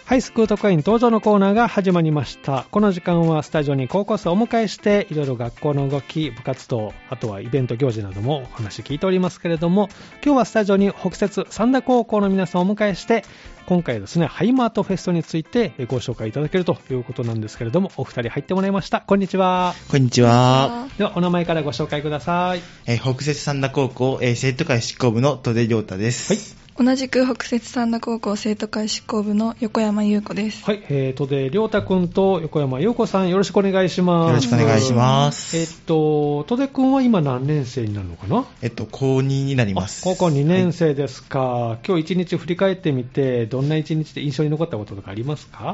ハイスクート会員登場のコーナーが始まりました。この時間はスタジオに高校生をお迎えしていろいろ学校の動き、部活動、あとはイベント行事などもお話聞いておりますけれども、今日はスタジオに北摂三田高校の皆さんをお迎えして今回ですねハイマートフェストについてご紹介いただけるということなんですけれども、お二人入ってもらいました。こんにちは。 こんにちは。 ではお名前からご紹介ください。 北摂三田高校、生徒会執行部の戸出亮太です。 はい。 同じく北摂三田高校生徒会執行部の横山優子です。 はい、戸出亮太くんと横山優子さん、よろしくお願いします。 よろしくお願いします。 戸出くんは今何年生になるのかな？ 高2になります。 高校2年生ですか。はい、今日一日振り返ってみて、どんな一日で印象に残ったこととかありますか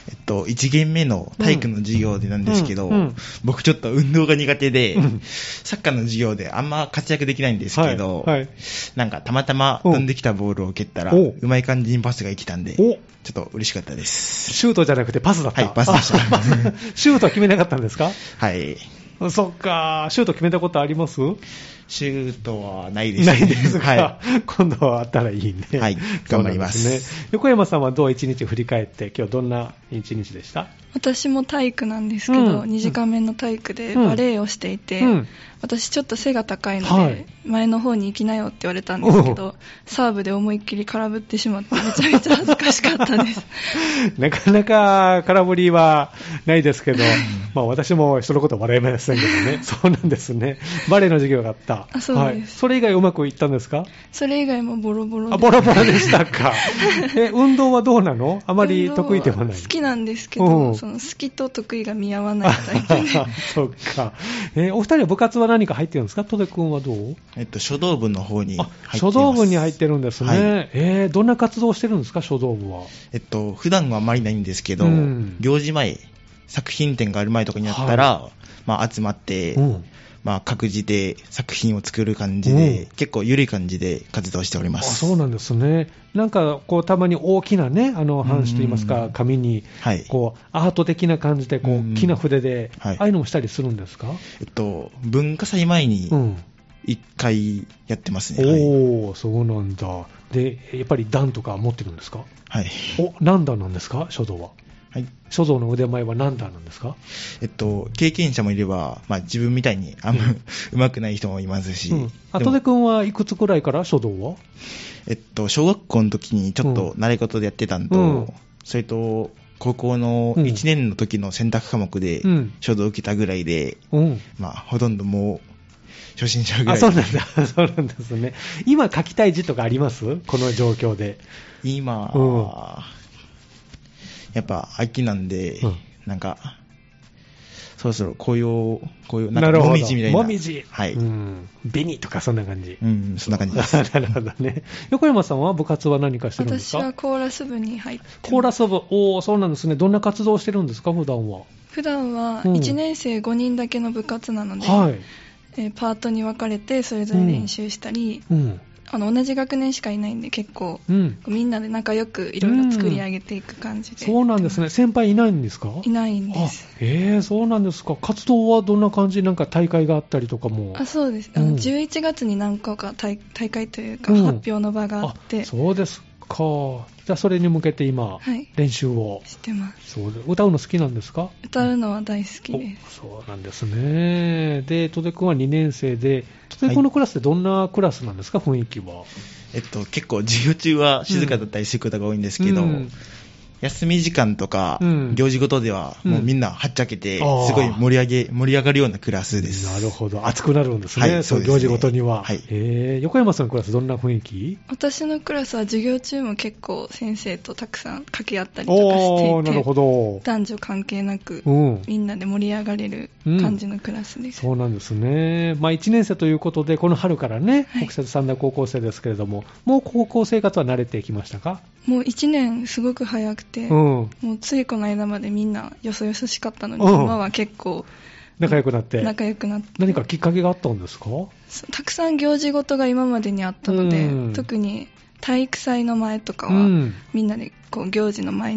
？1限目の体育の授業でなんですけど、僕ちょっと運動が苦手で、サッカーの授業であんま活躍できないんですけど、はいはい、なんかたまたま飛んできたボールを蹴ったら、うまい感じにパスが生きたんで、ちょっと嬉しかったです。 シュートじゃなくてパスだった？ はい、パスでした。 シュートは決めなかったんですか？ はい。 そっか、シュート決めたことあります？ シュートはないです。 ないですか、 はい、 今度はあったらいいね。 はい、頑張ります。 ね、横山さんはどう一日振り返って、今日どんな一日でした？ 私も体育なんですけど、2時間目の体育でバレエをしていて、私ちょっと背が高いので、前の方に行きなよって言われたんですけど、サーブで思いっきり空振ってしまってめちゃめちゃ恥ずかしかったです。 なかなか空振りはないですけど、まあ私も人のこと笑いませんけどね。そうなんですね。バレエの授業があった。 あ、そうです、はい。 それ以外うまくいったんですか？ それ以外もボロボロで。 ボロボロでしたか。運動はどうなの？あまり得意ではない。 好きなんですけど、その好きと得意が見合わないタイプで。 そっか。お二人は部活は何か入ってるんですか？戸出君はどう？ 書道部の方に入っています。 書道部に入ってるんですね。はい、どんな活動をしてるんですか？書道部は。 普段はあまりないんですけど、行事前、作品展がある前とかになったら、まあ、集まって、まあ、各自で作品を作る感じで、結構緩い感じで活動しております。 そうなんですね。なんかこうたまに大きなね、半紙といいますか、紙にこうアート的な感じでこう木の筆で、ああいうのもしたりするんですか？ 文化祭前に1回やってますね。 おー、そうなんだ。で、やっぱり段とか持ってるんですか？ はい。 何段なんですか？書道は。 はい、 書道の腕前は何段なんですか？ 経験者もいれば、まあ、自分みたいに上手くない人もいますし。 戸出君はいくつくらいから書道は？ 小学校の時にちょっと習い事でやってたんと、それと高校の1年の時の選択科目で書道を受けたぐらいで、まあ、ほとんどもう初心者ぐらい。 そうなんだ。そうなんですね。今書きたい字とかあります？この状況で。 今、やっぱ秋なんで、なんかそろそろ紅葉なんかもみじみたいな。 もみじ。 はい。 紅とかそんな感じ。 そんな感じです。 なるほどね。横山さんは部活は何かしてるんですか？ 私はコーラス部に入ってます。 コーラス部。そうなんですね。どんな活動をしてるんですか？普段は。 普段は1年生5人だけの部活なので、パートに分かれてそれぞれ練習したり、同じ学年しかいないんで結構、みんなで仲良くいろいろ作り上げていく感じで、 そうなんですね。先輩いないんですか？ いないんです。 そうなんですか。活動はどんな感じ？なんか大会があったりとかも。 そうです。11月に何個か大会というか、発表の場があって。 そうですか。じゃあそれに向けて今、練習をしてます。 歌うの好きなんですか？ 歌うのは大好きです。 そうなんですね。で、戸出君は2年生で、戸出君のクラスってどんなクラスなんですか？雰囲気は。 結構授業中は静かだったりすることが多いんですけど、休み時間とか、行事ごとではもうみんなはっちゃけて、すごい盛り上がるようなクラスです。 なるほど。熱くなるんですね。そう行事ごとには。横山さんのクラスどんな雰囲気？ 私のクラスは授業中も結構先生とたくさん掛け合ったりとかしていて、 なるほど。 男女関係なく、みんなで盛り上がれる感じのクラスです。 そうなんですね。まあ1年生ということで、この春からね、北摂三田高校生ですけれども、もう高校生活は慣れてきましたか？ もう1年すごく早くて、もうついこの間までみんなよそよそしかったのに、今は結構仲良くなって何かきっかけがあったんですか？ たくさん行事ごとが今までにあったので、特に体育祭の前とかは、みんなでこう行事の前に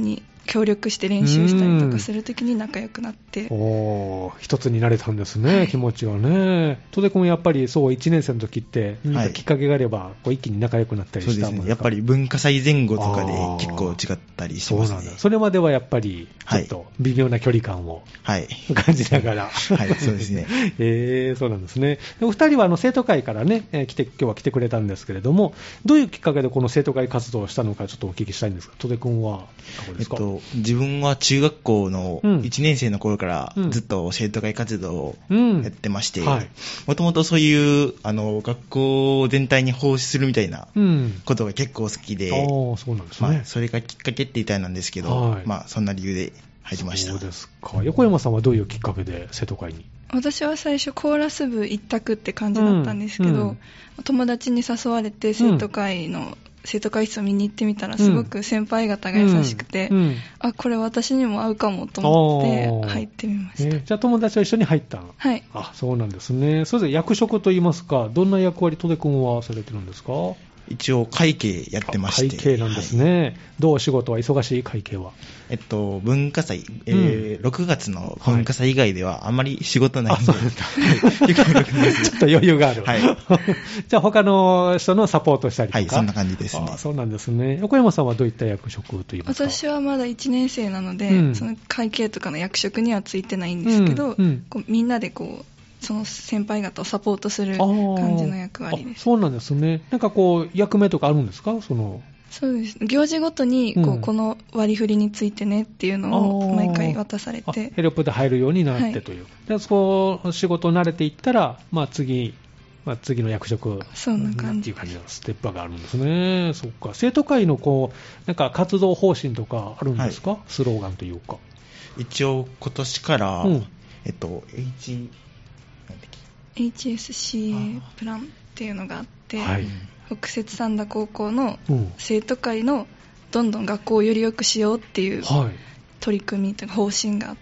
協力して練習したりとかするときに仲良くなって、 一つになれたんですね、はい、気持ちがね。戸出君やっぱりそう1年生の時って何かきっかけがあればこう一気に仲良くなったりしたもんですか？ そうですね、やっぱり文化祭前後とかで結構違ったりしますね。 そうなんだ。それまではやっぱりちょっと微妙な距離感を、はい、感じながらはい、そうですねそうなんですね。お二人は生徒会からね、今日は来てくれたんですけれども、どういうきっかけでこの生徒会活動をしたのかちょっとお聞きしたいんですが、戸出君はいかがですか？ 自分は中学校の1年生の頃からずっと生徒会活動をやってまして、もともとそういう学校全体に奉仕するみたいなことが結構好きで、 そうなんですね。 それがきっかけって言ったらなんですけど、そんな理由で入りました。 そうですか。横山さんはどういうきっかけで生徒会に？ 私は最初コーラス部一択って感じだったんですけど、友達に誘われて生徒会室を見に行ってみたらすごく先輩方が優しくて、あ、これ私にも合うかもと思って入ってみました。 じゃあ友達と一緒に入ったの？ はい。 あ、そうなんですね。それで役職といいますか、どんな役割戸出君はされてるんですか？ 一応会計やってまして。 会計なんですね。はい、どうお仕事は忙しい？会計は。 文化祭、6月の文化祭以外ではあんまり仕事ないんで、ちょっと余裕がある。はい、じゃあ他の人のサポートしたりとか。 はい、そんな感じですね。 そうなんですね。横山さんはどういった役職といいますか？ 私はまだ1年生なので、その会計とかの役職にはついてないんですけど、こうみんなでこうその先輩方をサポートする感じの役割です。 そうなんですね。なんかこう役目とかあるんですか？ そうです。行事ごとにこの割り振りについてねっていうのを毎回渡されて、 ヘルプで入るようになってという。で、そこ仕事慣れていったら、次の役職そんな感じっていう感じのステップがあるんですね。そっか。生徒会のなんか活動方針とかあるんですか？はい、スローガンというか。 一応今年から、 HSCA プランっていうのがあって、北摂三田高校の生徒会のどんどん学校をより良くしようっていう取り組みというか方針があって、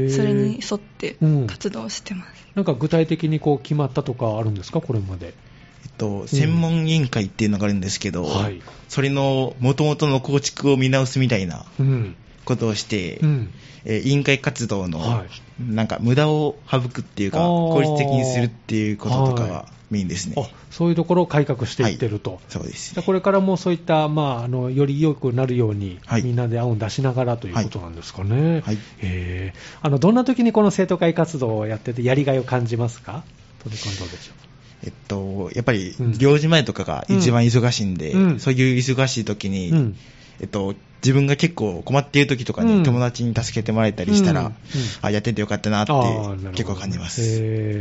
それに沿って活動してます。 なんか具体的に決まったとかあるんですか？これまで。 専門委員会っていうのがあるんですけど、それの元々の構築を見直すみたいなことをして、委員会活動のなんか無駄を省くっていうか効率的にするっていうこととかはメインですね。 そういうところを改革していってると。 そうです。 これからもそういった、より良くなるように、みんなで案を出しながらということなんですかね。どんな時にこの生徒会活動をやっててやりがいを感じますか？戸出君どうでしょう？ やっぱり行事前とかが一番忙しいんで、そういう忙しい時に、自分が結構困っている時とかに友達に助けてもらえたりしたら、やっててよかったなって結構感じます。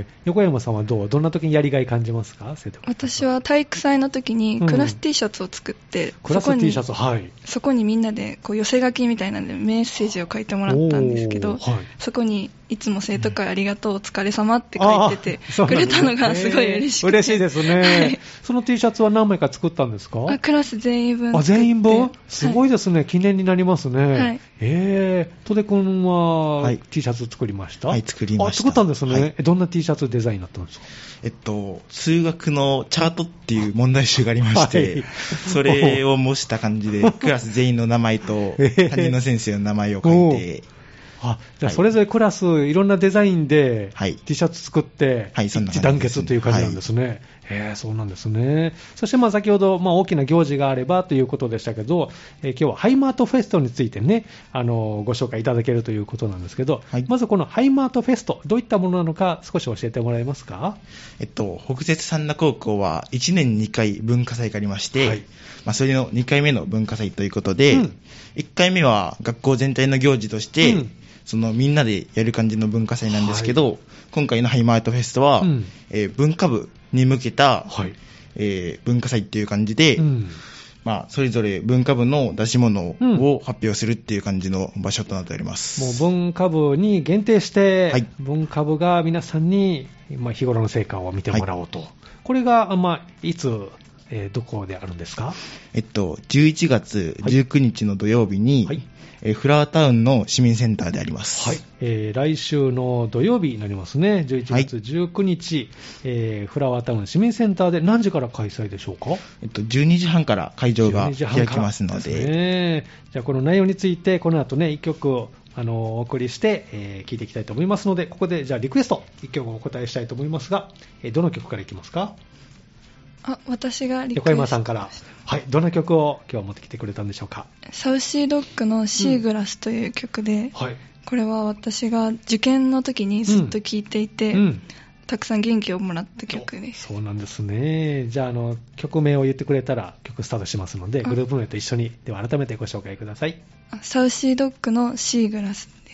横山さんはどんな時にやりがい感じますか？ 私は体育祭の時にクラス T シャツを作って、 クラス T シャツ、 そこにみんなで寄せ書きみたいなんでメッセージを書いてもらったんですけど、そこにいつも生徒会ありがとうお疲れ様って書いててくれたのがすごい嬉しくて、 嬉しいですね。その T シャツは何枚か作ったんですか？ クラス全員分作って。 全員分？すごいですね。記念になりますね。戸出君は T シャツ作りました？ はい、作りました。 作ったんですね。どんな T シャツデザインになったんですか？ 数学のチャートっていう問題集がありまして、それを模した感じでクラス全員の名前と担任の先生の名前を書いて、 じゃあそれぞれクラスいろんなデザインで T シャツ作って一致団結という感じなんですね。そうなんですね。そして先ほど大きな行事があればということでしたけど、今日はハイマートフェストについてね、ご紹介いただけるということなんですけど、まずこのハイマートフェストどういったものなのか少し教えてもらえますか？ 北摂三田高校は1年に2回文化祭がありまして、それの2回目の文化祭ということで、1回目は学校全体の行事として、そのみんなでやる感じの文化祭なんですけど、今回のハイマートフェストは、文化部に向けた、文化祭っていう感じで、それぞれ文化部の出し物を発表するっていう感じの場所となっております。 もう文化部に限定して、文化部が皆さんに、日頃の成果を見てもらおうと。これが、いつどこであるんですか ？11月19日の土曜日に、はい、フラワータウンの市民センターであります。 はい。来週の土曜日になりますね。11月19日、はい、フラワータウン市民センターで何時から開催でしょうか ？12時半から会場が開きますので。 ね、じゃあこの内容について、この後ね、1曲をお送りして、聞いていきたいと思いますので、ここでじゃあリクエスト1曲お答えしたいと思いますが、どの曲からいきますか？ 私がリクエスト。 横山さんから、はい、どんな曲を今日は持ってきてくれたんでしょうか？ サウシードッグのシーグラスという曲で、はい、これは私が受験の時にずっと聴いていて、たくさん元気をもらった曲です。 そうなんですね。じゃあ、曲名を言ってくれたら曲スタートしますので、グループ名と一緒に、では改めてご紹介ください。 サウシードッグのシーグラスです。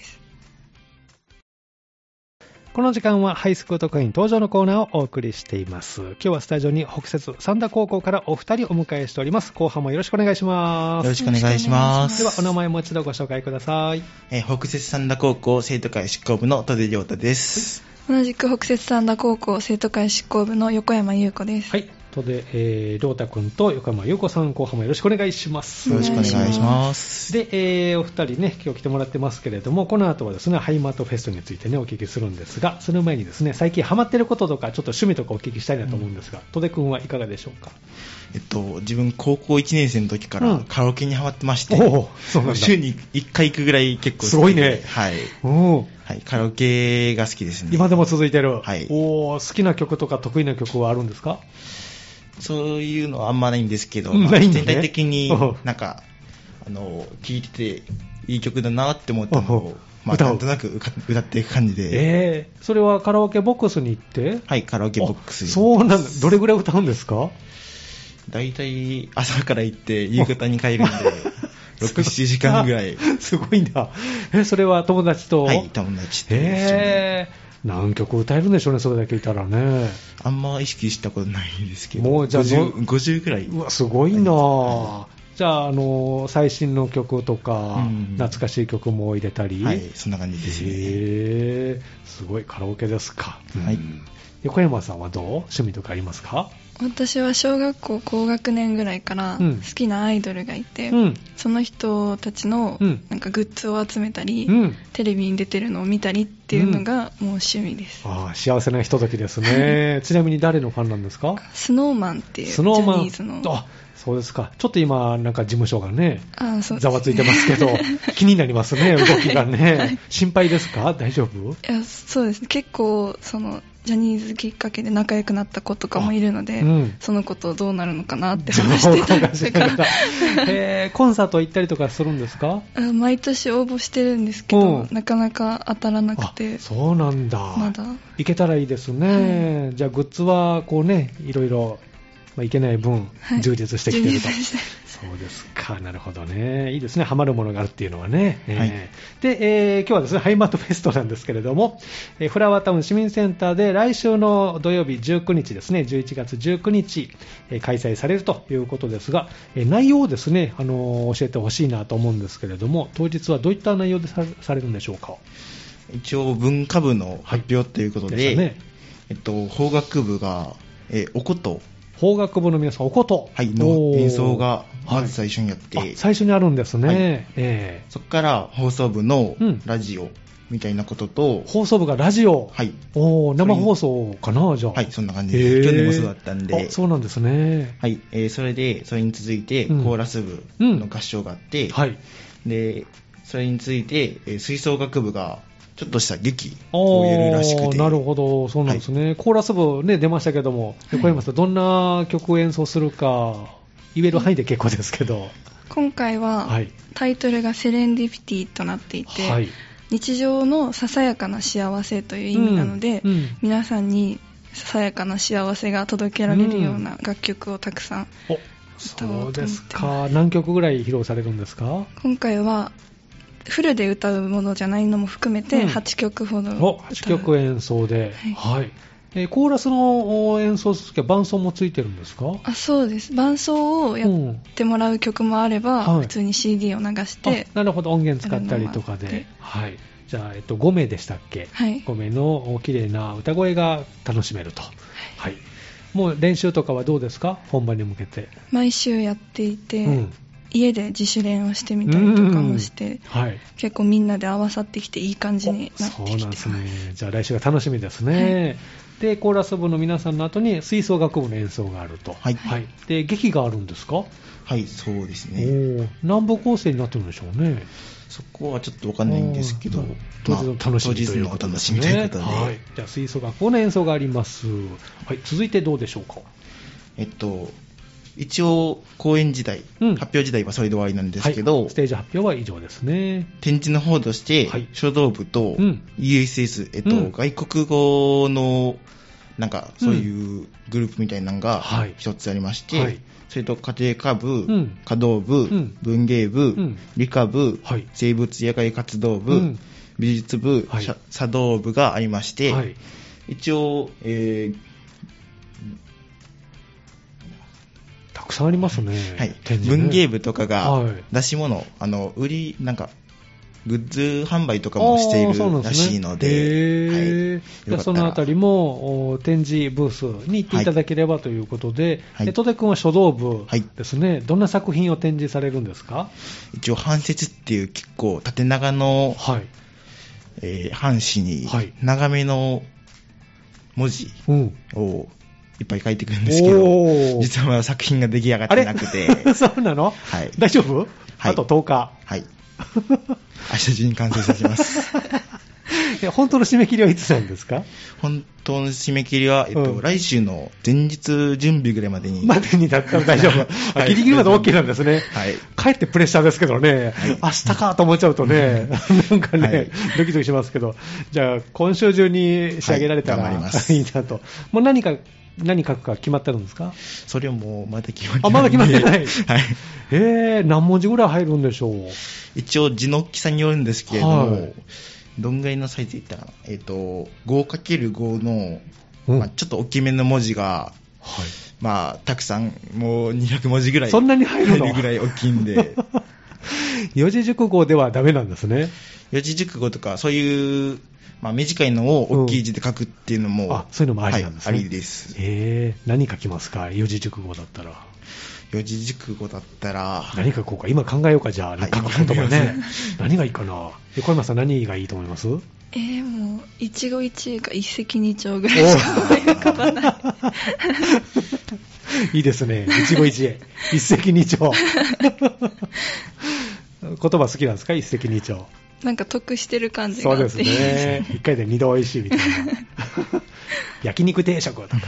この時間はハイスクート会員登場のコーナーをお送りしています。今日はスタジオに北摂三田高校からお二人お迎えしております。後半もよろしくお願いします。 よろしくお願いします。 ではお名前もう一度ご紹介ください。 北摂三田高校生徒会執行部の戸出亮太です。 同じく北摂三田高校生徒会執行部の横山優子です。 はい。戸出亮太くんと横山優子さん、後半もよろしくお願いします。 よろしくお願いします。 で、お二人ね、今日来てもらってますけれども、この後はですね、ハイマートフェストについてね、お聞きするんですが、その前にですね、最近ハマってることとか、ちょっと趣味とかお聞きしたいなと思うんですが、戸出くんはいかがでしょうか？ 自分高校1年生の時からカラオケにハマってまして、 そうなんだ。 週に1回行くぐらい結構好きで。 すごいね。 はい。はい、カラオケが好きですね。 今でも続いてる。 はい。 好きな曲とか得意な曲はあるんですか？ そういうのはあんまないんですけど、 ないんだね、 全体的になんか聴いてていい曲だなって思ったのを、なんとなく歌っていく感じで。 それはカラオケボックスに行って？ はい、カラオケボックスに。 そうなんだ。どれぐらい歌うんですか？ だいたい朝から行って夕方に帰るんで6、7時間ぐらい。 すごいんだ。それは友達と？ はい、友達と一緒に。 何曲歌えるんでしょうね、それだけいたらね。 あんま意識したことないんですけど、 もうじゃあ 50ぐらい。 うわ、すごいな、はい、じゃあ、最新の曲とか、懐かしい曲も入れたり。 はい、そんな感じですね。 すごい、カラオケですか。 はい。 横山さんはどう？趣味とかありますか？ 私は小学校高学年ぐらいから好きなアイドルがいて、その人たちのなんかグッズを集めたり、テレビに出てるのを見たりっていうのがもう趣味です。 幸せなひとときですね。ちなみに誰のファンなんですか？ スノーマンっていうジャニーズの。 そうですか。ちょっと今なんか事務所がね、ざわついてますけど気になりますね、動きがね。はい、心配ですか？大丈夫？ いや、そうですね。結構ジャニーズきっかけで仲良くなった子とかもいるので、その子とどうなるのかなって話してたんですがコンサート行ったりとかするんですか？ 毎年応募してるんですけど、なかなか当たらなくて。 そうなんだ。 まだ行けたらいいですね。はい、じゃあグッズはこうね、いろいろいけない分、充実してきてると。そうですか、なるほどね。いいですね、ハマるものがあるっていうのはね。はい、で、今日はですね、ハイマートフェストなんですけれども、フラワータウン市民センターで来週の土曜日19日ですね、11月19日、開催されるということですが、内容をですね、教えてほしいなと思うんですけれども、当日はどういった内容でされるんでしょうか？ 一応文化部の発表ということで、法学部が、おこと、 法学部の皆さん、おこと、 の演奏がまず最初にやって、 最初にあるんですね。 そこから放送部のラジオみたいなことと、 放送部がラジオ、生放送かな、じゃあ。 はい、そんな感じで、去年もそうだったんで、 そうなんですね。 はい、それに続いてコーラス部の合唱があって、でそれに続いて吹奏楽部がちょっとした劇をやるらしくて。 なるほど、そうなんですね。コーラス部ね、出ましたけども、横山さん、どんな曲を演奏するか、言える範囲で結構ですけど。 今回は、タイトルがセレンディピティとなっていて、日常のささやかな幸せという意味なので、皆さんにささやかな幸せが届けられるような楽曲をたくさん歌おうと思ってます。そうですか。 何曲ぐらい披露されるんですか？ 今回はフルで歌うものじゃないのも含めて8曲ほど、 8曲演奏で、コーラスの演奏するときは伴奏もついてるんですか？ そうです。伴奏をやってもらう曲もあれば、普通に CD を流して、 なるほど、音源使ったりとかで、じゃあ、5名でしたっけ？5名の綺麗な歌声が楽しめると。 もう練習とかはどうですか、本番に向けて。 毎週やっていて、家で自主練をしてみたりとかもして、結構みんなで合わさってきていい感じになってきてます。そうなんですね。 じゃあ来週が楽しみですね。でコーラス部の皆さんの後に吹奏楽部の演奏があると。で劇があるんですか。 はい、そうですね。 何部構成になってるんでしょうね。 そこはちょっと分かんないんですけど、 当日の楽しみということですね。じゃあ吹奏楽部の演奏があります。続いてどうでしょうか。 一応公演時代、発表時代はそれで終わりなんですけど、 ステージ発表は以上ですね。 展示の方として、書道部と USS、外国語のなんかそういうグループみたいなのが一つありまして、それと家庭科部、華道部、文芸部、理科部、生物野外活動部、美術部、茶道部がありまして、一応、 たくさんありますね。 文芸部とかが出し物、なんかグッズ販売とかもしているらしいので、 そのあたりも展示ブースに行っていただければということで、戸出君は書道部ですね、どんな作品を展示されるんですか。 一応半節っていう結構縦長の、半紙に長めの文字をいっぱい書いてくるんですけど、実はまだ作品が出来上がってなくて。 そうなの。大丈夫。あと10日。 明日中に完成させます。 本当の締め切りはいつなんですか。 本当の締め切りは、来週の前日準備ぐらいまでに。 だったら大丈夫。ギリギリまで OK なんですね。かえってプレッシャーですけどね。明日かと思っちゃうとね、なんかね、ドキドキしますけど、じゃあ今週中に仕上げられたらいいなと。もう何書くか決まってるんですか。 それはもうまだ決まってない。 まだ決まってない。何文字ぐらい入るんでしょう。 一応字の大きさによるんですけれども、どんぐらいのサイズいったかな、5×5 の、ちょっと大きめの文字が、たくさん、もう200文字ぐらいそんなに入るぐらい大きいんで四字熟語ではダメなんですね。 四字熟語とかそういう、短いのを大きい字で書くっていうのも、 そういうのもありなんですね。 ありです。 何書きますか、四字熟語だったら。 四字熟語だったら何書こうか、今考えようか。じゃあ、書く言葉ね。何がいいかな。小山さん何がいいと思います。もう一期一会か一石二鳥ぐらいしか思い浮かばないいいですね。一期一会一石二鳥言葉好きなんですか。一石二鳥なんか得してる感じがあって。 そうですね。一回で二度おいしいみたいな焼肉定食とか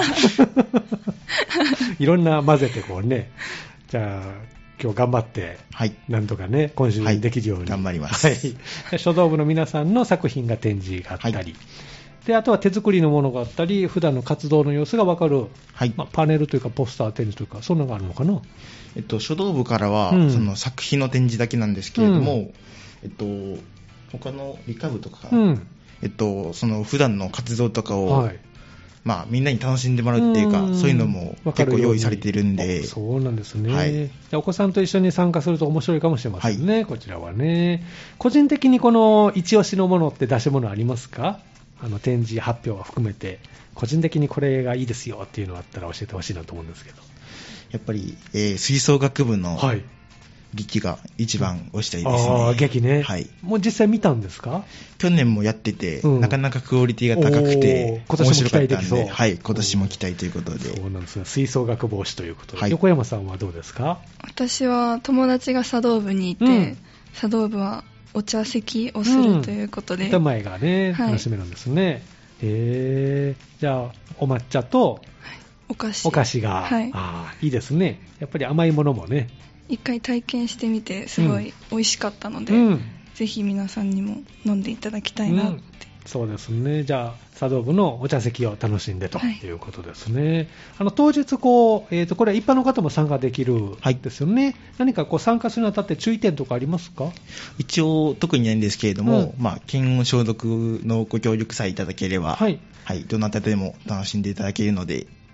いろんな混ぜてこうね。じゃあ今日頑張って、なんとかね今週できるように、 頑張ります。 書道部の皆さんの作品が展示があったり、であとは手作りのものがあったり、普段の活動の様子が分かる、パネルというかポスター展示というか、そんなのがあるのかな。 書道部からは、その作品の展示だけなんですけれども、他の理科部とか、その普段の活動とかを、みんなに楽しんでもらうっていうか、そういうのも結構用意されているんで。 そうなんですね。お子さんと一緒に参加すると面白いかもしれませんね。こちらはね。個人的にこの一押しのものって出し物ありますか。展示発表を含めて個人的にこれがいいですよっていうのがあったら教えてほしいなと思うんですけど。 やっぱり、吹奏楽部の劇が一番推したいですね。 劇ね。もう実際見たんですか。 去年もやってて、なかなかクオリティが高くて今年も期待できそう。 今年も期待ということで。 そうなんですね。吹奏楽部推しということで、横山さんはどうですか。 私は友達が茶道部にいて、茶道部はお茶席をするということで、 歌前がね楽しめるんですね。じゃあお抹茶とお菓子が、いいですね。やっぱり甘いものもね、 一回体験してみてすごい美味しかったので、ぜひ皆さんにも飲んでいただきたいなって。 そうですね。じゃあ茶道部のお茶席を楽しんでということですね。当日これは一般の方も参加できるんですよね。何か参加するにあたって注意点とかありますか。 一応特にないんですけれども、検温消毒のご協力さえいただければ、どなたでも楽しんでいただけるので、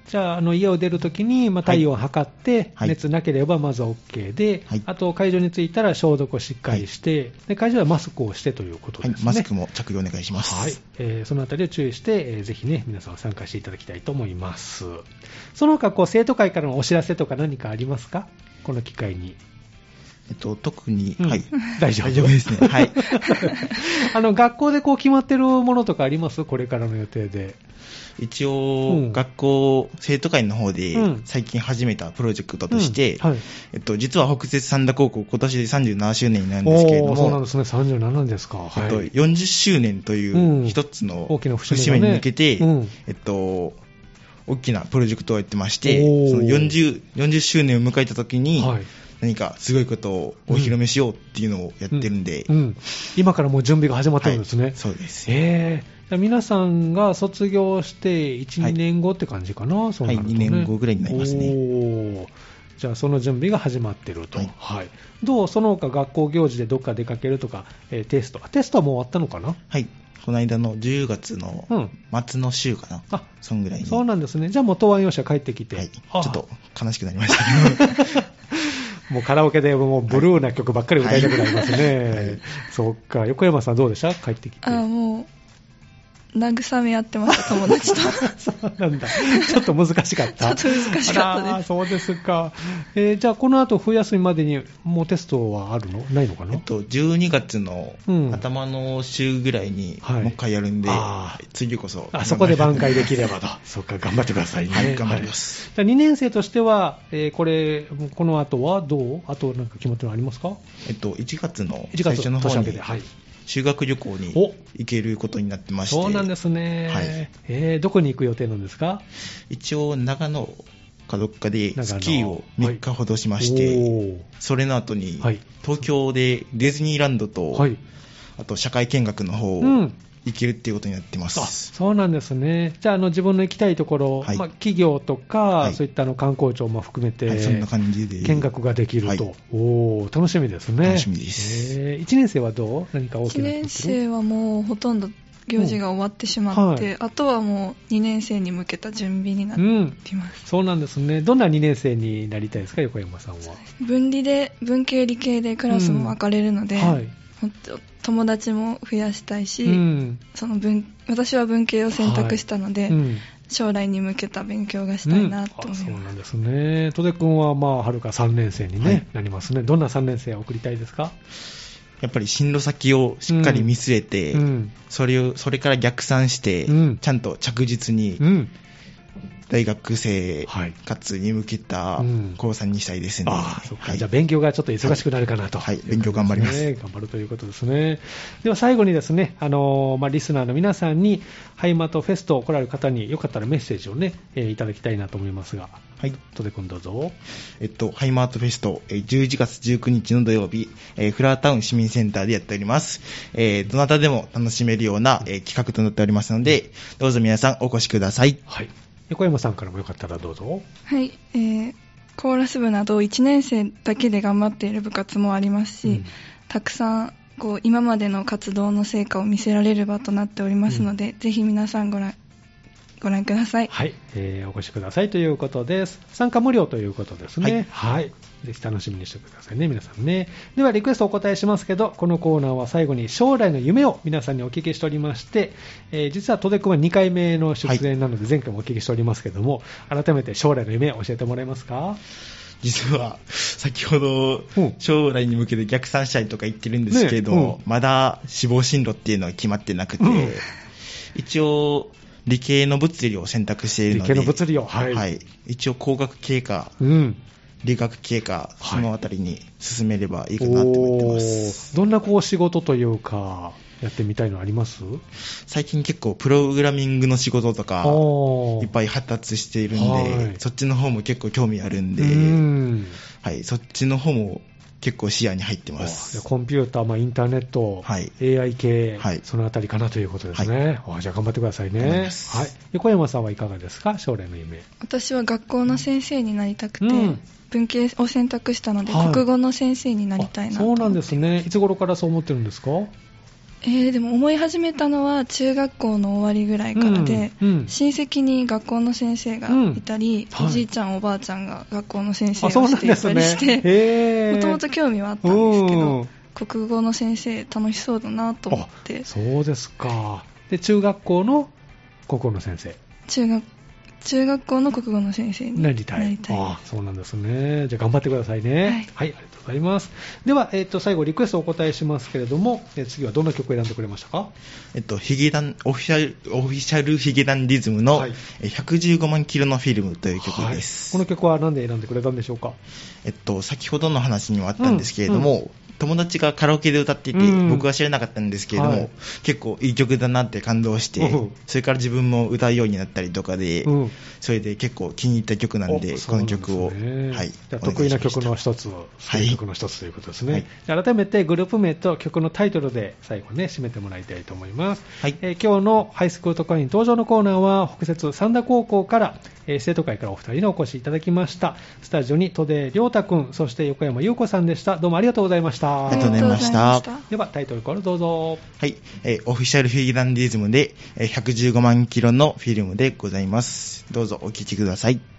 じゃあ、家を出るときに、体温を測って、 はい、 熱なければまずは OK で、 はい、 あと会場に着いたら消毒をしっかりして、はい、で会場はマスクをしてということですね。 マスクも着用お願いします。 はい、そのあたりを注意して、ぜひね、皆さん参加していただきたいと思います。その他、生徒会からのお知らせとか何かありますか？この機会に。 特に、はい。 大丈夫ですね。はい。 学校で決まってるものとかあります？これからの予定で。 一応、学校、生徒会の方で最近始めたプロジェクトとして、はい、実は北摂三田高校、今年で37周年になるんですけれども、 そうなんですね、37ですか。 40周年という一つの節目に向けて、大きなプロジェクトをやってまして、その40周年を迎えた時に、はい、何かすごいことをお披露目しようっていうのをやってるんで、 今からもう準備が始まってるんですね。 はい、そうです。 皆さんが卒業して1、2年後って感じかな、そうなるとね。 2年後ぐらいになりますね。 じゃあその準備が始まってると。はい。どうその他学校行事でどっか出かけるとか、テストはもう終わったのかな？ はい。この間の10月の末の週かな。そんぐらいに。 そうなんですね。じゃあもう答案用紙は帰ってきて。 はい。ちょっと悲しくなりましたけど。 もうカラオケでもうブルーな曲ばっかり歌いたくなりますね。はい、そっか。横山さんどうでした？帰ってきて。 もう慰め合ってました、友達と。 そうなんだ。ちょっと難しかった。 ちょっと難しかったです。 そうですか。じゃあこの後冬休みまでにもうテストはあるの？ないのかな ？12月の頭の週ぐらいにもう一回やるんで、次こそ。 そこで挽回できればと。そうか、頑張ってくださいね。 はい、頑張ります。 2年生としては、この後はどう？あとなんか決まってるのありますか ？1月の最初の方に。修学旅行に行けることになってまして。 そうなんですね。はい。どこに行く予定なんですか？ 一応長野かどっかでスキーを3日ほどしまして、それの後に東京でディズニーランドと、あと社会見学の方を行けるっていうことになってます。 そうなんですね。じゃあ自分の行きたいところ、企業とか、そういった観光庁も含めて、 そんな感じで見学ができると。楽しみですね。 楽しみです。 1年生はどう？何か大きな？ 1年生はもうほとんど行事が終わってしまって、あとはもう2年生に向けた準備になっています。 そうなんですね。どんな2年生になりたいですか、横山さんは？ 文系理系でクラスも分かれるので、本当友達も増やしたいし、私は文系を選択したので、将来に向けた勉強がしたいなと思います。 そうなんですね。戸出君は春から3年生に、なりますね。どんな3年生を送りたいですか？ やっぱり進路先をしっかり見据えて、それから逆算して、ちゃんと着実に、大学生活に向けた高3にしたいですね。 じゃあ勉強がちょっと忙しくなるかなと。 はい、勉強頑張ります。 頑張るということですね。では最後にですね、リスナーの皆さんにハイマートフェスト来られる方によかったらメッセージをね、いただきたいなと思いますが。はい。戸出君どうぞ。 ハイマートフェスト、11月19日の土曜日、フラワータウン市民センターでやっております。どなたでも楽しめるような、企画となっておりますので、どうぞ皆さんお越しください。 はい。横山さんからもよかったらどうぞ。 はい。コーラス部など1年生だけで頑張っている部活もありますし、たくさん今までの活動の成果を見せられる場となっておりますので、ぜひ皆さんご覧ください。 はい、お越しくださいということです。参加無料ということですね。はい。ぜひ楽しみにしてくださいね、皆さんね。ではリクエストお答えしますけど、このコーナーは最後に将来の夢を皆さんにお聞きしておりまして、実は戸出君は2回目の出演なので前回もお聞きしておりますけども、改めて将来の夢を教えてもらえますか？ 実は先ほど将来に向けて逆算したいとか言ってるんですけど、まだ志望進路っていうのは決まってなくて、一応理系の物理を選択しているので、 理系の物理を、はい、 一応工学系か、理学系か、そのあたりに進めればいいかなと思ってます。 どんな仕事というかやってみたいのあります？ 最近結構プログラミングの仕事とかいっぱい発達しているんで、そっちの方も結構興味あるんで、はい、そっちの方も結構視野に入ってます。 コンピューター、インターネット、AI 系、そのあたりかなということですね。じゃあ頑張ってくださいね。はい。横山さんはいかがですか？将来の夢。 私は学校の先生になりたくて、文系を選択したので、国語の先生になりたいなと思って。 そうなんですね。いつ頃からそう思ってるんですか？ でも思い始めたのは中学校の終わりぐらいからで、親戚に学校の先生がいたり、おじいちゃんおばあちゃんが学校の先生をしていたりして、もともと興味はあったんですけど、国語の先生楽しそうだなと思って。 そうですか。で、中学校の国語の先生。 中学校の国語の先生になりたい。 そうなんですね。じゃあ頑張ってくださいね。はい、ありがとうございます。では、最後リクエストをお答えしますけれども、次はどんな曲を選んでくれましたか？ ヒゲダンオフィシャルヒゲダンリズムの、115万キロのフィルムという曲です。 この曲は何で選んでくれたんでしょうか？ 先ほどの話にもあったんですけれども、友達がカラオケで歌っていて、僕は知らなかったんですけれども、結構いい曲だなって感動して、それから自分も歌うようになったりとかで、それで結構気に入った曲なんで、この曲を、 得意な曲の一つ、曲の一つということですね。改めてグループ名と曲のタイトルで最後ね、締めてもらいたいと思います。今日のハイスクール特派員登場のコーナーは、北摂三田高校から、生徒会からお二人にお越しいただきました。スタジオに戸出亮太くん、そして横山優子さんでした。どうもありがとうございました。 ありがとうございました。 ではタイトルコールどうぞ。 はい、オフィシャルフィギュランディズムで115万キロのフィルムでございます。どうぞお聴きください。